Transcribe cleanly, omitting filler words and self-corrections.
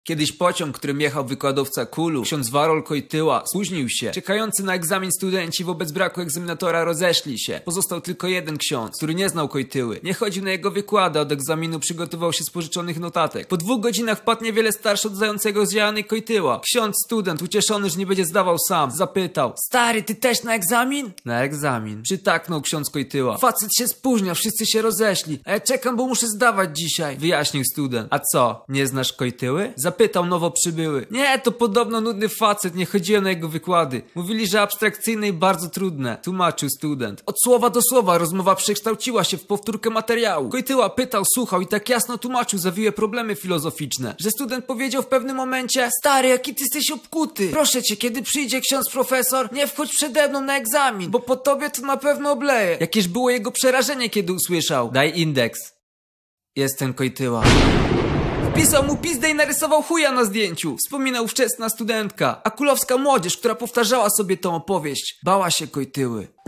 Kiedyś pociąg, którym jechał wykładowca KUL-u, ksiądz Warol Kojtyła, spóźnił się. Czekający na egzamin studenci wobec braku egzaminatora rozeszli się. Pozostał tylko jeden ksiądz, który nie znał Kojtyły. Nie chodził na jego wykłady, od egzaminu przygotował się z pożyczonych notatek. Po 2 godzinach wpadł niewiele starszy od zającego zzijanej Kojtyła. Ksiądz student, ucieszony, że nie będzie zdawał sam, zapytał: stary, ty też na egzamin? Na egzamin. Przytaknął ksiądz Kojtyła. Facet się spóźnia, wszyscy się rozeszli. A ja czekam, bo muszę zdawać dzisiaj, wyjaśnił student. A co, nie znasz Kojtyły? Zapytał nowo przybyły. Nie, to podobno nudny facet, nie chodziłem na jego wykłady. Mówili, że abstrakcyjne i bardzo trudne, tłumaczył student. Od słowa do słowa rozmowa przekształciła się w powtórkę materiału. Kojtyła pytał, słuchał i tak jasno tłumaczył zawiłe problemy filozoficzne, że student powiedział w pewnym momencie: stary, jaki ty jesteś obkuty. Proszę cię, kiedy przyjdzie ksiądz profesor, nie wchodź przede mną na egzamin, bo po tobie to na pewno obleje. Jakież było jego przerażenie, kiedy usłyszał: daj indeks. Jestem Kojtyła. Wpisał mu pizdę i narysował chuja na zdjęciu. Wspominał ówczesna studentka. A kulowska młodzież, która powtarzała sobie tą opowieść, bała się Kojtyły.